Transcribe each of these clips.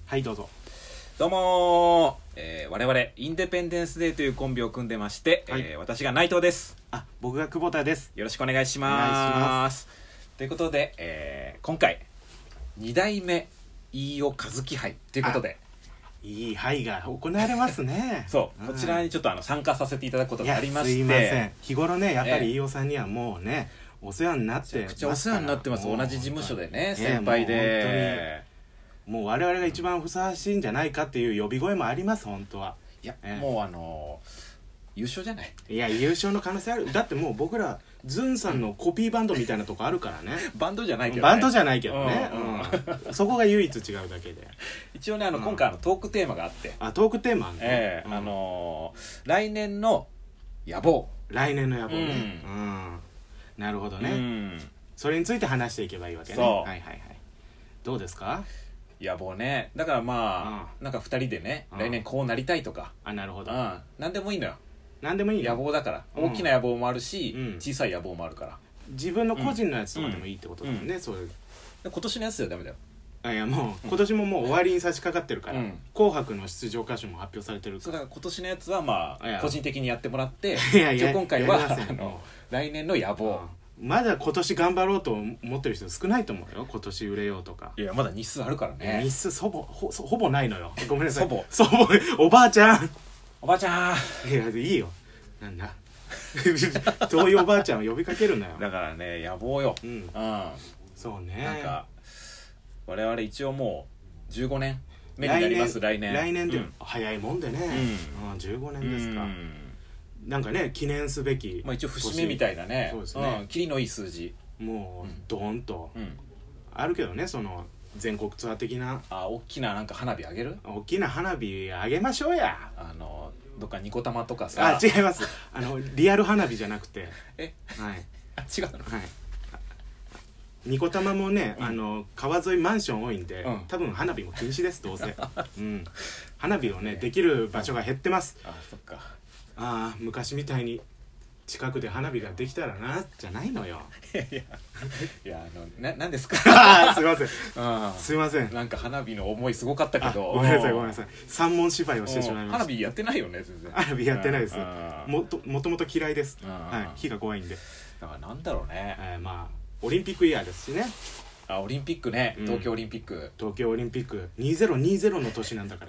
はいどうぞ。 どうも我々インデペンデンスデーというコンビを組んでまして、 はい私が内藤です。 僕が久保田です。 よろしくお願いします。ということで、今回2代目飯尾和樹杯ということでいい杯が行われますねそう、こちらにちょっと参加させていただくことがありまして、 すいません、日頃ねやっぱり飯尾さんにはもうね、お世話になってめちゃくちゃお世話になってます。同じ事務所でね、先輩もう本で当にもう我々が一番ふさわしいんじゃないかっていう呼び声もあります。本当は。 いや、もう優勝じゃない。 いや優勝の可能性ある。だってもう僕らズンさんのコピーバンドみたいなとこあるからね。 バンドじゃないけどね。 バンドじゃないけどね、そこが唯一違うだけで。 一応ね今回トークテーマがあって、 トークテーマ来年の野望。 来年の野望ね、なるほどね、それについて話していけばいいわけね。 そう、 はいはいはい。どうですか野望ね。だからなんか2人でね、来年こうなりたいとか、 なるほど、 何でもいいのよ。 何でもいいよ。 野望だから、大きな野望もあるし、小さい野望もあるから、 自分の個人のやつとかでもいいってことだもんね。そういう今年のやつじゃダメだよ。 いやもう今年ももう終わりに差し掛かってるから、紅白の出場歌手も発表されてるから。 そうだから今年のやつは個人的にやってもらって、今回やりはません来年の野望。 まだ今年頑張ろうと思ってる人少ないと思うよ。今年売れようとか。 いやまだ日数あるからね。 日数ほぼないのよ。ごめんなさい。 祖母おばあちゃん。 おばあちゃん。 いやいいよ。なんだそういうおばあちゃんを呼びかけるなよ。 だからね、野望よ。 そうね。 なんか我々一応もう15年目になります。来年で、早いもんでね、15年ですか。なんかね記念すべき、 一応節目みたいなね。 そうですね、 キリのいい数字もうドーンとあるけどね。その全国ツアー的な大きななんか花火あげる。 大きな花火あげましょうや。 どっかニコ玉とかさ。 違います。リアル花火じゃなくてはい、 違うの。 はい、ニコ玉もね、川沿いマンション多いんで、多分花火も禁止です。どうせ花火をねできる場所が減ってます。 そっか。 昔みたいに近くで花火ができたらなじゃないのよ。 いや何ですか。 すいませんすいません。 なんか花火の思いすごかったけど。 ごめんなさいごめんなさい。三文芝居をしてしまいました。 花火やってないよね全然。 花火やってないです。もともと嫌いです。火が怖いんで。 だからなんだろうね。 オリンピックイヤーですしね。 オリンピックね。東京オリンピック 2020の年なんだから。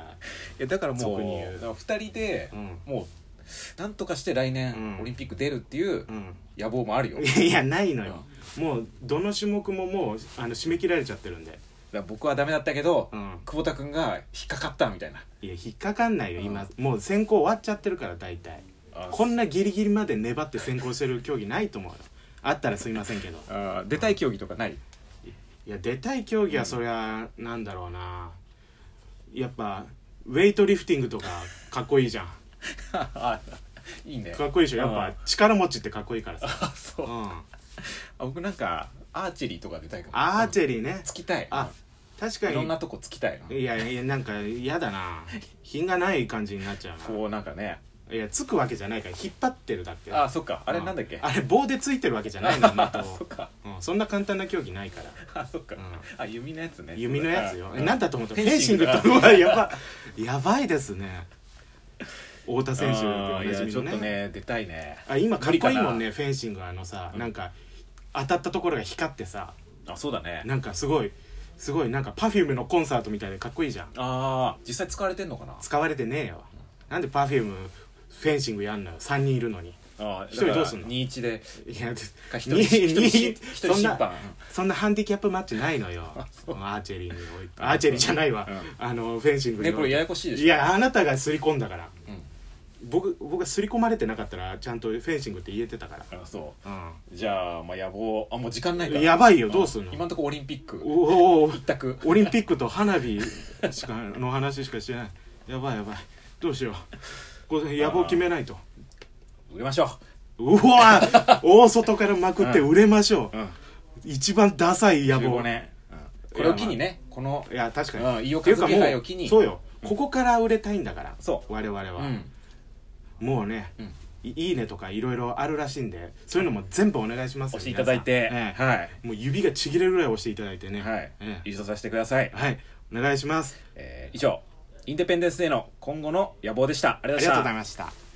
だからもう2人でもうなんとかして来年オリンピック出るっていう野望もあるよ。 いやないのよ。もうどの種目ももう締め切られちゃってるんで。 僕はダメだったけど久保田君が引っかかったみたいな。 いや引っかかんないよ今。もう選考終わっちゃってるから。大体こんなギリギリまで粘って選考してる競技ないと思うよ。あったらすいませんけど。 出たい競技とかない？ いや出たい競技はそりゃなんだろうな。やっぱウェイトリフティングとかかっこいいじゃん。 いいね。 かっこいいでしょ。やっぱ力持ちってかっこいいからさ。 そう。僕なんかアーチェリーとか出たいかも。 アーチェリーね。 つきたい。 確かにいろんなとこつきたいな。 いやなんか嫌だな。品がない感じになっちゃうな。 こうなんかね。 いやつくわけじゃないから引っ張ってるだけ。 そっか。あれなんだっけ。 あれ棒でついてるわけじゃないの。 そっか。 そんな簡単な競技ないから。そっか。弓のやつね。 弓のやつよ。なんだと思った。フェンシングとはやばいですね。太田選手いやちょっとね出たいね。 今かっこいいもんね。フェンシングなんか当たったところが光ってさ。 そうだね。 なんかすごいなんか Perfume のコンサートみたいでかっこいいじゃん。 実際使われてんのかな。 使われてねえよ。なんで Perfume フェンシングやんのよ。3人いるのに。1人どうすんの。 2-1で。 いや 1人審判。 そんなハンディキャップマッチないのよ。アーチェリーにおいて。アーチェリーじゃないわ。フェンシングに。 これややこしいでしょ。 いやあなたが刷り込んだから。僕が刷り込まれてなかったらちゃんとフェンシングって言えてたから。 じゃあ野望もう時間ないからやばいよ。どうすんの。 今のところオリンピック一択。 オリンピックと花火の話しかしてない。やばいどうしよう。これ野望決めないと。 売れましょう。うわ大外からまくって売れましょう。一番ダサい野望。 これを機にね。 いや確かに飯尾和樹杯を機に。 そうよ。ここから売れたいんだから。我々はもうねいいねとかいろいろあるらしいんで、そういうのも全部お願いしますよ。 押していただいて、 もう指がちぎれるぐらい押していただいてね。 優勝させてください。 お願いします。 以上インデペンデンスデーの今後の野望でした。ありがとうございました。